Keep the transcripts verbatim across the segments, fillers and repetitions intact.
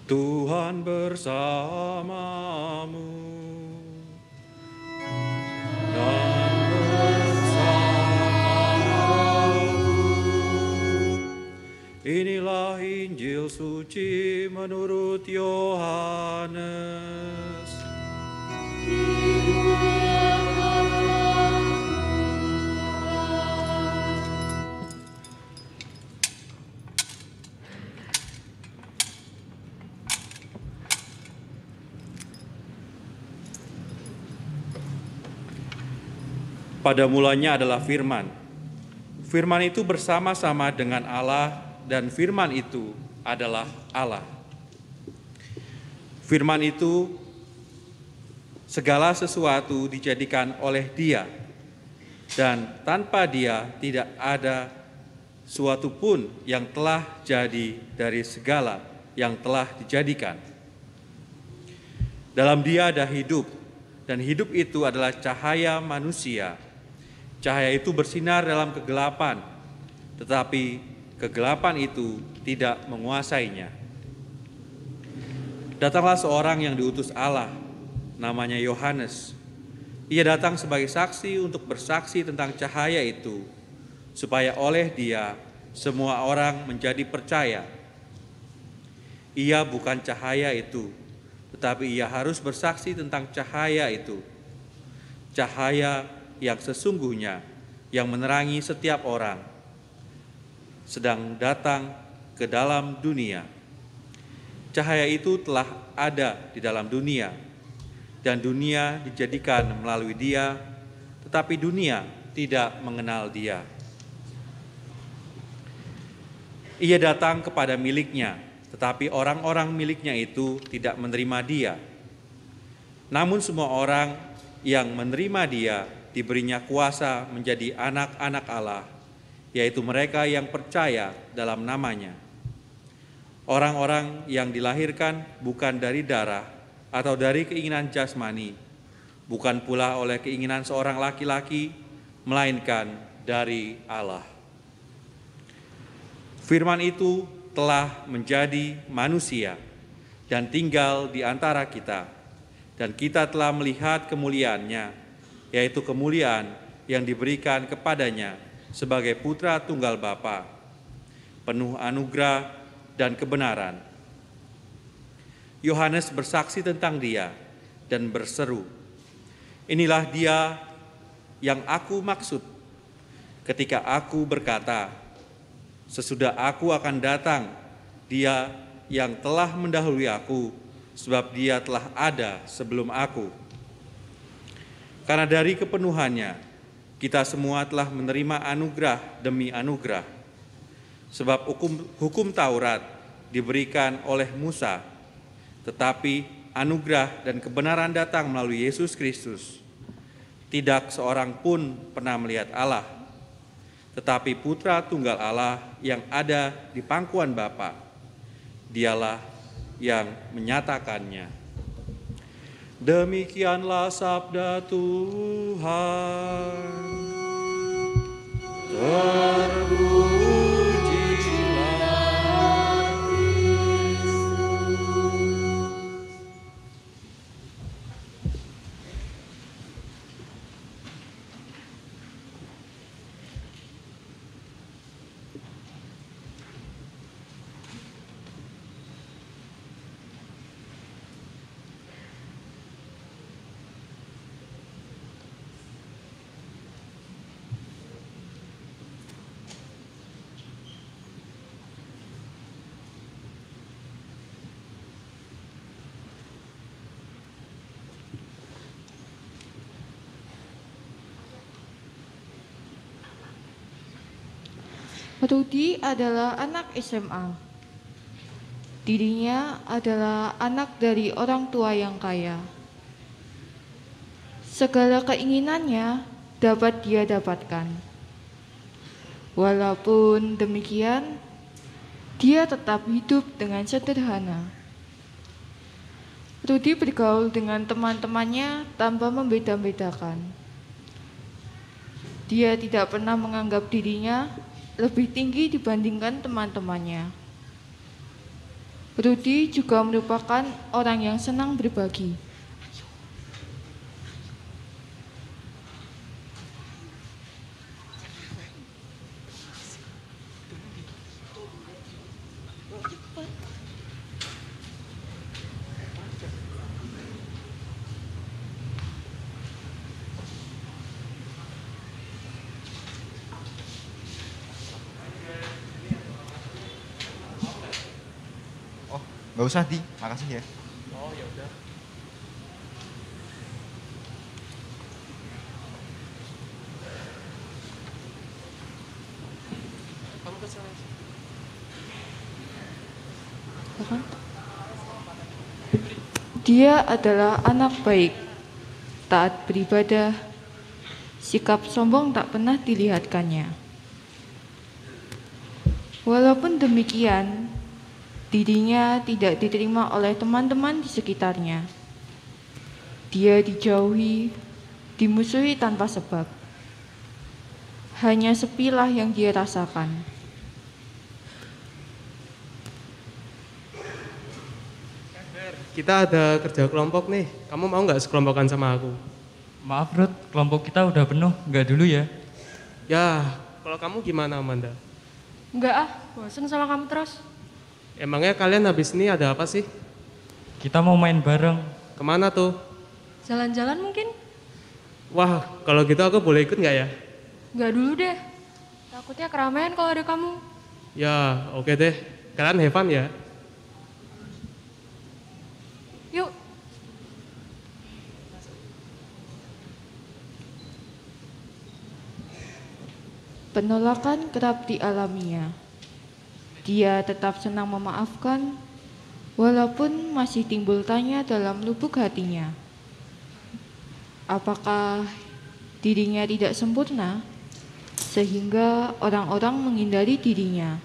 Tuhan bersamamu dan bersamamu. Inilah Injil suci menurut Yohanes. Pada mulanya adalah firman. Firman itu bersama-sama dengan Allah dan firman itu adalah Allah. Firman itu segala sesuatu dijadikan oleh Dia dan tanpa Dia tidak ada suatu pun yang telah jadi dari segala yang telah dijadikan. Dalam Dia ada hidup dan hidup itu adalah cahaya manusia. Cahaya itu bersinar dalam kegelapan, tetapi kegelapan itu tidak menguasainya. Datanglah seorang yang diutus Allah, namanya Yohanes. Ia datang sebagai saksi untuk bersaksi tentang cahaya itu, supaya oleh dia semua orang menjadi percaya. Ia bukan cahaya itu, tetapi ia harus bersaksi tentang cahaya itu. Cahaya yang sesungguhnya yang menerangi setiap orang sedang datang ke dalam dunia. Cahaya itu telah ada di dalam dunia dan dunia dijadikan melalui Dia, tetapi dunia tidak mengenal Dia. Ia datang kepada miliknya, tetapi orang-orang miliknya itu tidak menerima Dia. Namun semua orang yang menerima Dia diberinya kuasa menjadi anak-anak Allah, yaitu mereka yang percaya dalam namanya. Orang-orang yang dilahirkan bukan dari darah atau dari keinginan jasmani, bukan pula oleh keinginan seorang laki-laki, melainkan dari Allah. Firman itu telah menjadi manusia dan tinggal di antara kita, dan kita telah melihat kemuliaannya, yaitu kemuliaan yang diberikan kepadanya sebagai putra tunggal Bapa, penuh anugerah dan kebenaran. Yohanes bersaksi tentang Dia dan berseru, "Inilah Dia yang aku maksud ketika aku berkata, sesudah aku akan datang, Dia yang telah mendahului aku, sebab Dia telah ada sebelum aku." Karena dari kepenuhannya, kita semua telah menerima anugerah demi anugerah. Sebab hukum, hukum Taurat diberikan oleh Musa, tetapi anugerah dan kebenaran datang melalui Yesus Kristus. Tidak seorang pun pernah melihat Allah, tetapi Putra Tunggal Allah yang ada di pangkuan Bapa, Dialah yang menyatakannya. Demikianlah sabda Tuhan. Terpujilah Kristus. Rudi adalah anak S M A. Dirinya adalah anak dari orang tua yang kaya. Segala keinginannya dapat dia dapatkan. Walaupun demikian, dia tetap hidup dengan sederhana. Rudi bergaul dengan teman-temannya tanpa membeda-bedakan. Dia tidak pernah menganggap dirinya lebih tinggi dibandingkan teman-temannya. Rudy juga merupakan orang yang senang berbagi. Gak usah, Di. Makasih ya. Oh, ya udah. Kamu ke sana. Dia adalah anak baik, taat beribadah, sikap sombong tak pernah dilihatkannya. Walaupun demikian, dirinya tidak diterima oleh teman-teman di sekitarnya. Dia dijauhi, dimusuhi tanpa sebab. Hanya sepilah yang dia rasakan. Kita ada kerja kelompok nih. Kamu mau nggak sekelompokan sama aku? Maaf Ruth, kelompok kita udah penuh, nggak dulu ya? Ya, kalau kamu gimana Amanda? Enggak ah, bosan sama kamu terus. Emangnya kalian habis ini ada apa sih? Kita mau main bareng. Kemana tuh? Jalan-jalan mungkin? Wah, kalau gitu aku boleh ikut nggak ya? Enggak dulu deh. Takutnya keramaian kalau ada kamu. Ya, oke deh. Kalian have fun ya. Yuk. Penolakan kerap dialaminya. Dia tetap senang memaafkan, walaupun masih timbul tanya dalam lubuk hatinya. Apakah dirinya tidak sempurna, sehingga orang-orang menghindari dirinya?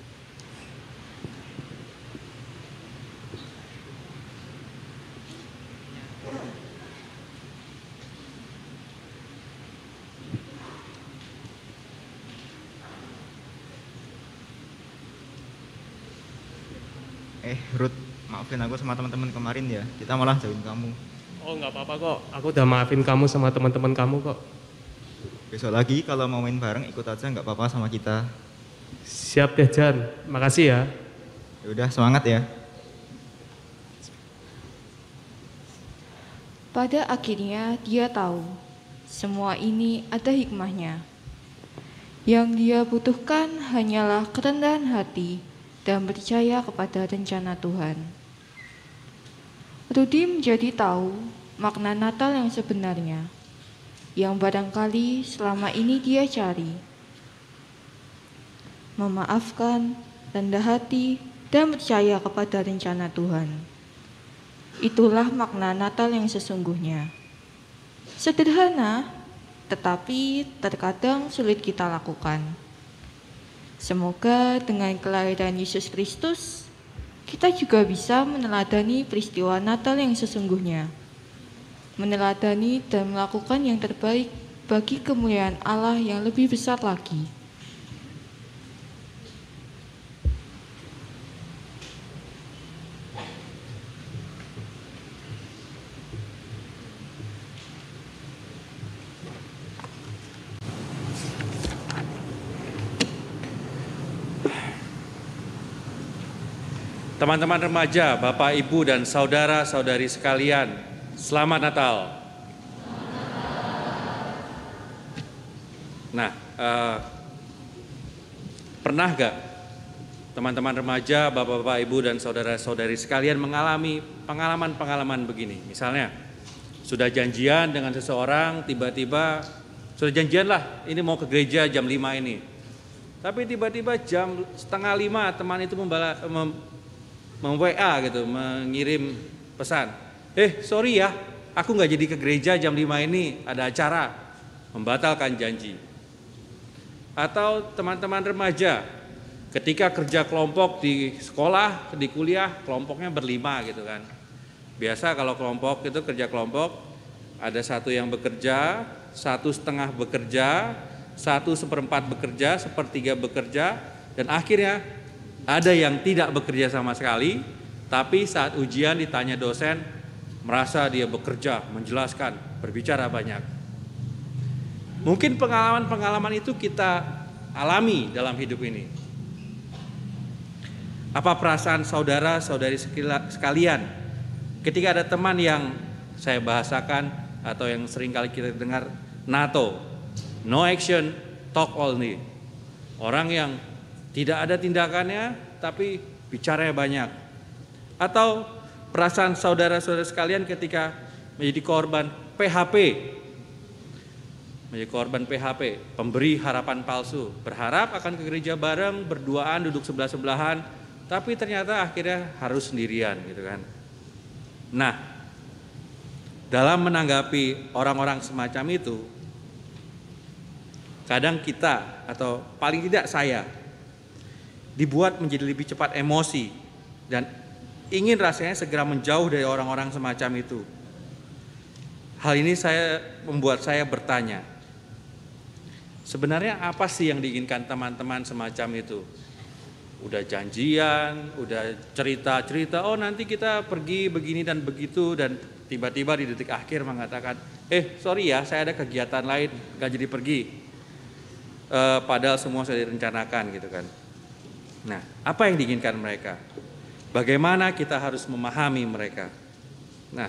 Eh, Ruth, maafin aku sama teman-teman kemarin ya. Kita malah jauhin kamu. Oh, nggak apa-apa kok. Aku udah maafin kamu sama teman-teman kamu kok. Besok lagi kalau mau main bareng ikut aja, nggak apa-apa sama kita. Siap deh, Jan. Makasih ya. Ya udah, semangat ya. Pada akhirnya dia tahu, semua ini ada hikmahnya. Yang dia butuhkan hanyalah kerendahan hati dan percaya kepada rencana Tuhan. Rudy menjadi tahu makna Natal yang sebenarnya, yang barangkali selama ini dia cari. Memaafkan, rendah hati, dan percaya kepada rencana Tuhan. Itulah makna Natal yang sesungguhnya. Sederhana, tetapi terkadang sulit kita lakukan. Semoga dengan kelahiran Yesus Kristus, kita juga bisa meneladani peristiwa Natal yang sesungguhnya. Meneladani dan melakukan yang terbaik bagi kemuliaan Allah yang lebih besar lagi. Teman-teman remaja, Bapak, Ibu, dan saudara-saudari sekalian, selamat Natal. Nah, eh, pernah gak teman-teman remaja, Bapak-bapak, Ibu, dan saudara-saudari sekalian mengalami pengalaman-pengalaman begini? Misalnya, sudah janjian dengan seseorang, tiba-tiba sudah janjian lah, ini mau ke gereja jam lima ini. Tapi tiba-tiba jam setengah lima teman itu membala, mem, mem-W A gitu, mengirim pesan. Eh sorry ya, aku nggak jadi ke gereja jam lima ini, ada acara, membatalkan janji. Atau teman-teman remaja, ketika kerja kelompok di sekolah, di kuliah, kelompoknya berlima gitu kan. Biasa kalau kelompok itu kerja kelompok, ada satu yang bekerja, satu setengah bekerja, satu seperempat bekerja, sepertiga bekerja, dan akhirnya ada yang tidak bekerja sama sekali, Tapi saat ujian ditanya dosen, merasa dia bekerja, menjelaskan, berbicara banyak. Mungkin pengalaman-pengalaman itu kita alami dalam hidup ini. Apa perasaan saudara-saudari sekalian ketika ada teman yang saya bahasakan atau yang sering kali kita dengar NATO, no action, talk only. Orang yang tidak ada tindakannya tapi bicaranya banyak. Atau perasaan saudara-saudara sekalian ketika menjadi korban P H P. Menjadi korban P H P, pemberi harapan palsu, berharap akan ke gereja bareng, berduaan, duduk sebelah-sebelahan, tapi ternyata akhirnya harus sendirian gitu kan. Nah, dalam menanggapi orang-orang semacam itu, kadang kita atau paling tidak saya dibuat menjadi lebih cepat emosi dan ingin rasanya segera menjauh dari orang-orang semacam itu. Hal ini saya membuat saya bertanya, sebenarnya apa sih yang diinginkan teman-teman semacam itu? Udah janjian, udah cerita-cerita, oh nanti kita pergi begini dan begitu, dan tiba-tiba di detik akhir mengatakan, eh sorry ya saya ada kegiatan lain, gak jadi pergi. E, padahal semua sudah direncanakan gitu kan. Nah, apa yang diinginkan mereka? Bagaimana kita harus memahami mereka? Nah,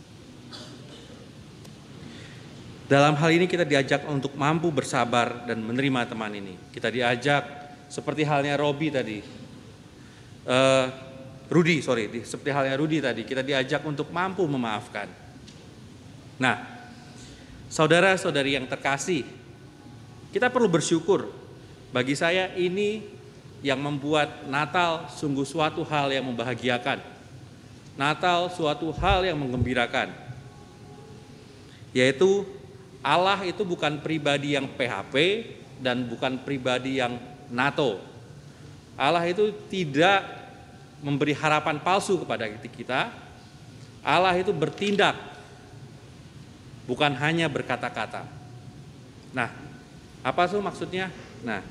dalam hal ini kita diajak untuk mampu bersabar dan menerima teman ini. Kita diajak seperti halnya Robi tadi, uh, Rudi, sorry, seperti halnya Rudi tadi, kita diajak untuk mampu memaafkan. Nah, saudara-saudari yang terkasih, kita perlu bersyukur. Bagi saya ini yang membuat Natal sungguh suatu hal yang membahagiakan. Natal suatu hal yang menggembirakan. Yaitu Allah itu bukan pribadi yang P H P dan bukan pribadi yang NATO. Allah itu tidak memberi harapan palsu kepada kita. Allah itu bertindak, bukan hanya berkata-kata. Nah, apa itu maksudnya? Nah,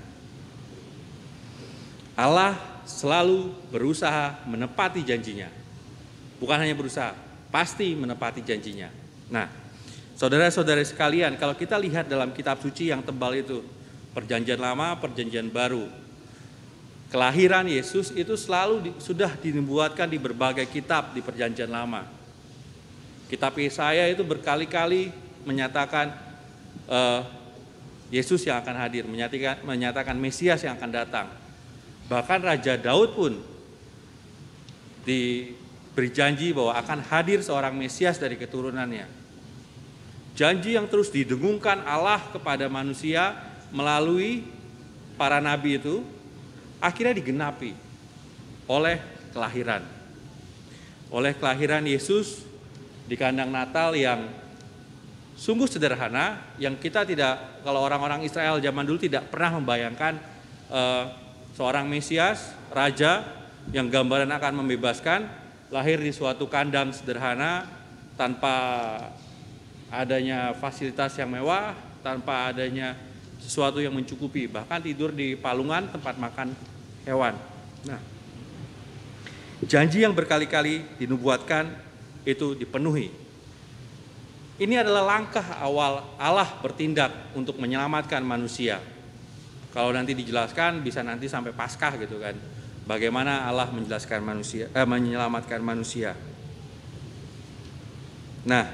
Allah selalu berusaha menepati janjinya. Bukan hanya berusaha, pasti menepati janjinya. Nah, saudara-saudara sekalian, kalau kita lihat dalam kitab suci yang tebal itu, Perjanjian Lama, Perjanjian Baru, kelahiran Yesus itu selalu di, sudah dinubuatkan di berbagai kitab di Perjanjian Lama. Kitab Yesaya itu berkali-kali menyatakan uh, Yesus yang akan hadir, menyatakan, menyatakan Mesias yang akan datang. Bahkan Raja Daud pun diberi janji bahwa akan hadir seorang Mesias dari keturunannya. Janji yang terus didengungkan Allah kepada manusia melalui para nabi itu akhirnya digenapi oleh kelahiran. Oleh kelahiran Yesus di kandang Natal yang sungguh sederhana, yang kita tidak, kalau orang-orang Israel zaman dulu tidak pernah membayangkan eh, seorang Mesias, Raja yang gambaran akan membebaskan, lahir di suatu kandang sederhana tanpa adanya fasilitas yang mewah, tanpa adanya sesuatu yang mencukupi, bahkan tidur di palungan tempat makan hewan. Nah, janji yang berkali-kali dinubuatkan itu dipenuhi. Ini adalah langkah awal Allah bertindak untuk menyelamatkan manusia. Kalau nanti dijelaskan bisa nanti sampai Paskah gitu kan. Bagaimana Allah menjelaskan manusia, eh, menyelamatkan manusia. Nah,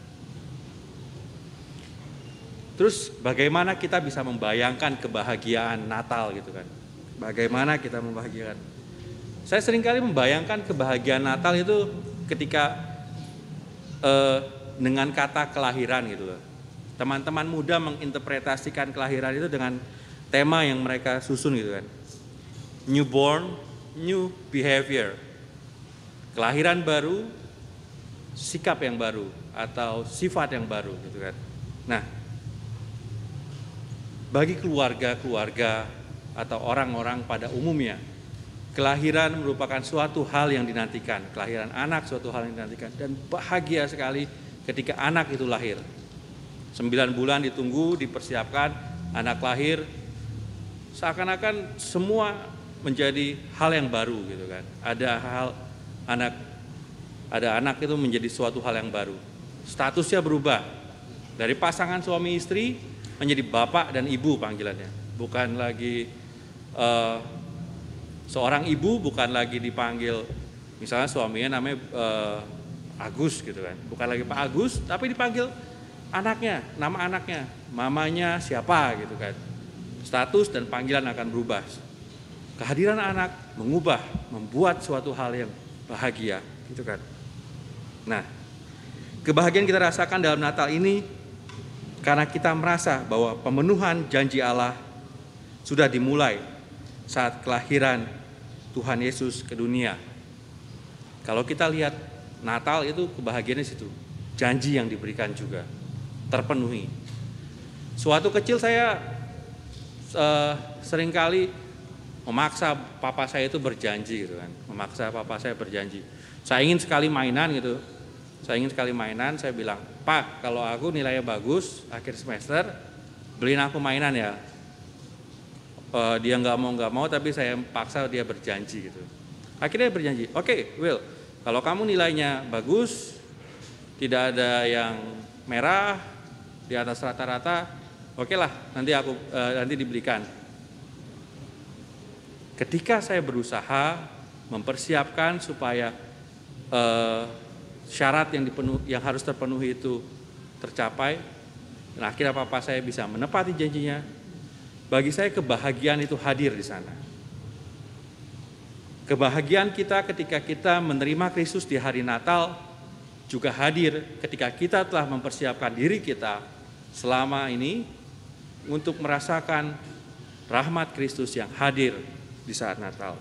terus bagaimana kita bisa membayangkan kebahagiaan Natal gitu kan? Bagaimana kita membahagiakan? Saya seringkali membayangkan kebahagiaan Natal itu ketika eh, dengan kata kelahiran gitu loh. Teman-teman muda menginterpretasikan kelahiran itu dengan tema yang mereka susun gitu kan. Newborn, new behavior. Kelahiran baru, sikap yang baru atau sifat yang baru gitu kan. Nah, bagi keluarga-keluarga atau orang-orang pada umumnya, kelahiran merupakan suatu hal yang dinantikan. Kelahiran anak suatu hal yang dinantikan dan bahagia sekali ketika anak itu lahir. Sembilan bulan ditunggu, dipersiapkan, anak lahir, seakan-akan semua menjadi hal yang baru gitu kan. Ada hal anak ada anak itu menjadi suatu hal yang baru. Statusnya berubah dari pasangan suami istri menjadi bapak dan ibu panggilannya. Bukan lagi uh, seorang ibu, bukan lagi dipanggil misalnya suaminya namanya uh, Agus gitu kan. Bukan lagi Pak Agus, tapi dipanggil anaknya, nama anaknya, mamanya siapa gitu kan. Status dan panggilan akan berubah. Kehadiran anak mengubah, membuat suatu hal yang bahagia gitu kan. Nah, kebahagiaan kita rasakan dalam Natal ini karena kita merasa bahwa pemenuhan janji Allah sudah dimulai saat kelahiran Tuhan Yesus ke dunia. Kalau kita lihat Natal itu kebahagiaannya situ, janji yang diberikan juga terpenuhi. Suatu kecil saya uh, seringkali memaksa papa saya itu berjanji gitu kan, memaksa papa saya berjanji. Saya ingin sekali mainan gitu, saya ingin sekali mainan. Saya bilang, Pak, kalau aku nilainya bagus akhir semester, beliin aku mainan ya. Uh, dia nggak mau nggak mau, tapi saya paksa dia berjanji gitu. Akhirnya dia berjanji, oke, okay, Will. Kalau kamu nilainya bagus, tidak ada yang merah di atas rata-rata, oke okay lah, nanti aku uh, nanti dibelikan. Ketika saya berusaha mempersiapkan supaya uh, syarat yang dipenuh, yang harus terpenuhi itu tercapai, dan akhirnya papa saya bisa menepati janjinya, bagi saya kebahagiaan itu hadir di sana. Kebahagiaan kita ketika kita menerima Kristus di hari Natal juga hadir ketika kita telah mempersiapkan diri kita selama ini untuk merasakan rahmat Kristus yang hadir di saat Natal.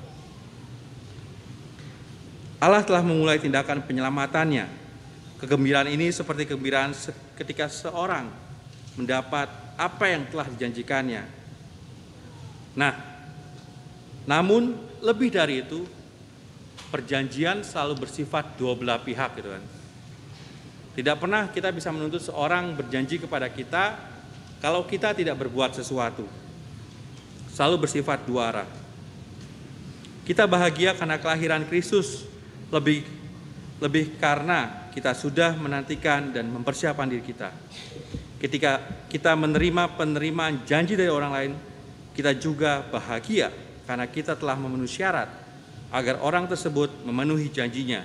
Allah telah memulai tindakan penyelamatannya. Kegembiraan ini seperti kegembiraan ketika seorang mendapat apa yang telah dijanjikannya. Nah, namun lebih dari itu, perjanjian selalu bersifat dua belah pihak gitu kan. Tidak pernah kita bisa menuntut seorang berjanji kepada kita kalau kita tidak berbuat sesuatu. Selalu bersifat dua arah. Kita bahagia karena kelahiran Kristus, lebih lebih karena kita sudah menantikan dan mempersiapkan diri kita. Ketika kita menerima penerimaan janji dari orang lain, kita juga bahagia karena kita telah memenuhi syarat agar orang tersebut memenuhi janjinya.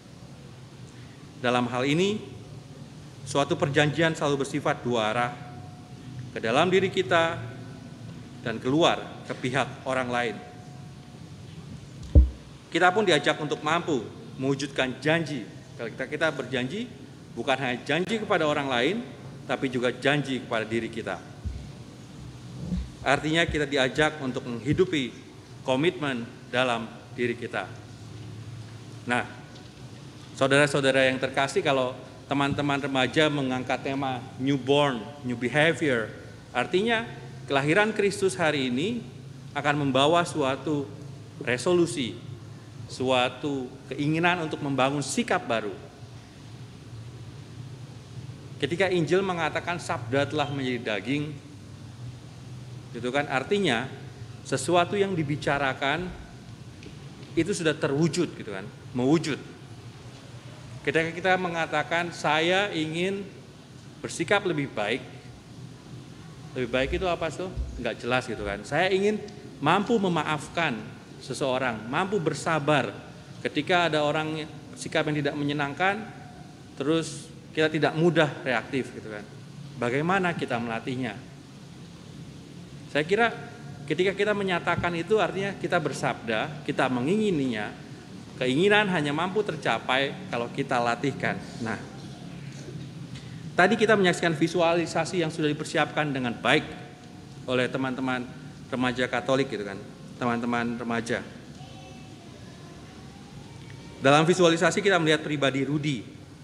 Dalam hal ini, suatu perjanjian selalu bersifat dua arah, ke dalam diri kita dan keluar ke pihak orang lain. Kita pun diajak untuk mampu mewujudkan janji. Kalau kita, kita berjanji, bukan hanya janji kepada orang lain, tapi juga janji kepada diri kita. Artinya kita diajak untuk menghidupi komitmen dalam diri kita. Nah, saudara-saudara yang terkasih, kalau teman-teman remaja mengangkat tema newborn, new behavior, artinya kelahiran Kristus hari ini akan membawa suatu resolusi, suatu keinginan untuk membangun sikap baru. Ketika Injil mengatakan sabda telah menjadi daging, itu kan artinya sesuatu yang dibicarakan itu sudah terwujud gitu kan, mewujud. Ketika kita mengatakan saya ingin bersikap lebih baik, lebih baik itu apa tuh? Enggak jelas gitu kan. Saya ingin mampu memaafkan seseorang, mampu bersabar ketika ada orang sikap yang tidak menyenangkan, terus kita tidak mudah reaktif gitu kan. Bagaimana kita melatihnya? Saya kira ketika kita menyatakan itu artinya kita bersabda, kita mengingininya. Keinginan hanya mampu tercapai kalau kita latihkan. Nah, tadi kita menyaksikan visualisasi yang sudah dipersiapkan dengan baik oleh teman-teman remaja Katolik gitu kan, teman-teman remaja. Dalam visualisasi kita melihat pribadi Rudi,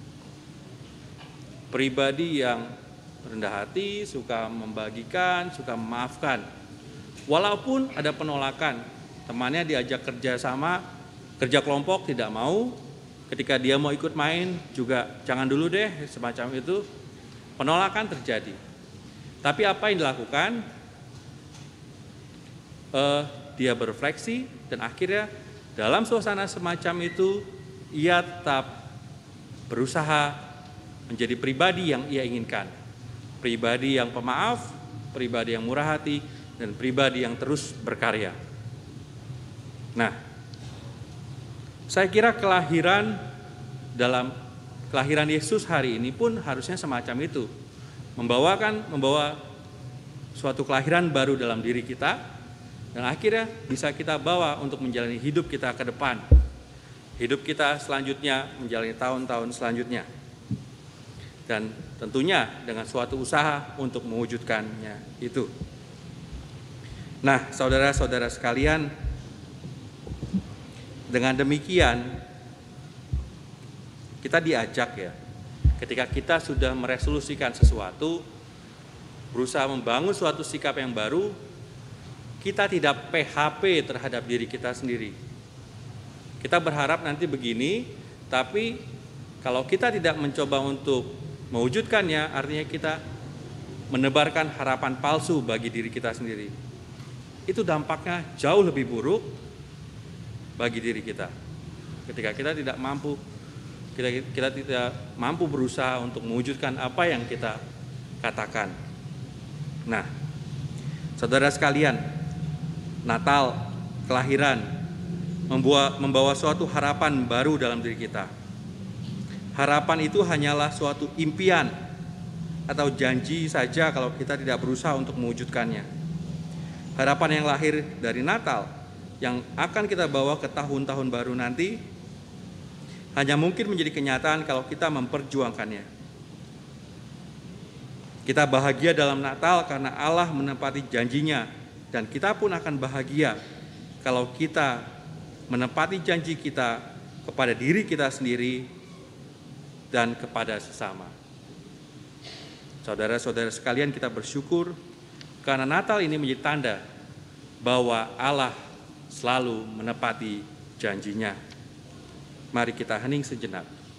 pribadi yang rendah hati, suka membagikan, suka memaafkan. Walaupun ada penolakan, temannya diajak kerja sama, kerja kelompok tidak mau, ketika dia mau ikut main juga jangan dulu deh, semacam itu, penolakan terjadi. Tapi apa yang dilakukan? Eh, dia berefleksi dan akhirnya dalam suasana semacam itu ia tetap berusaha menjadi pribadi yang ia inginkan. Pribadi yang pemaaf, pribadi yang murah hati, dan pribadi yang terus berkarya. Nah, saya kira kelahiran dalam kelahiran Yesus hari ini pun harusnya semacam itu. Membawakan, membawa suatu kelahiran baru dalam diri kita, dan akhirnya bisa kita bawa untuk menjalani hidup kita ke depan. Hidup kita selanjutnya menjalani tahun-tahun selanjutnya. Dan tentunya dengan suatu usaha untuk mewujudkannya itu. Nah, saudara-saudara sekalian, dengan demikian kita diajak ya, ketika kita sudah meresolusikan sesuatu, berusaha membangun suatu sikap yang baru, kita tidak P H P terhadap diri kita sendiri. Kita berharap nanti begini, tapi kalau kita tidak mencoba untuk mewujudkannya, artinya kita menebarkan harapan palsu bagi diri kita sendiri. Itu dampaknya jauh lebih buruk bagi diri kita. Ketika kita tidak mampu, kita, kita tidak mampu berusaha untuk mewujudkan apa yang kita katakan. Nah, saudara sekalian, Natal, kelahiran, membawa, membawa suatu harapan baru dalam diri kita. Harapan itu hanyalah suatu impian atau janji saja kalau kita tidak berusaha untuk mewujudkannya. Harapan yang lahir dari Natal, yang akan kita bawa ke tahun-tahun baru nanti, hanya mungkin menjadi kenyataan kalau kita memperjuangkannya. Kita bahagia dalam Natal karena Allah menepati janjinya, dan kita pun akan bahagia kalau kita menepati janji kita kepada diri kita sendiri dan kepada sesama. Saudara-saudara sekalian, kita bersyukur karena Natal ini menjadi tanda bahwa Allah selalu menepati janjinya. Mari kita hening sejenak.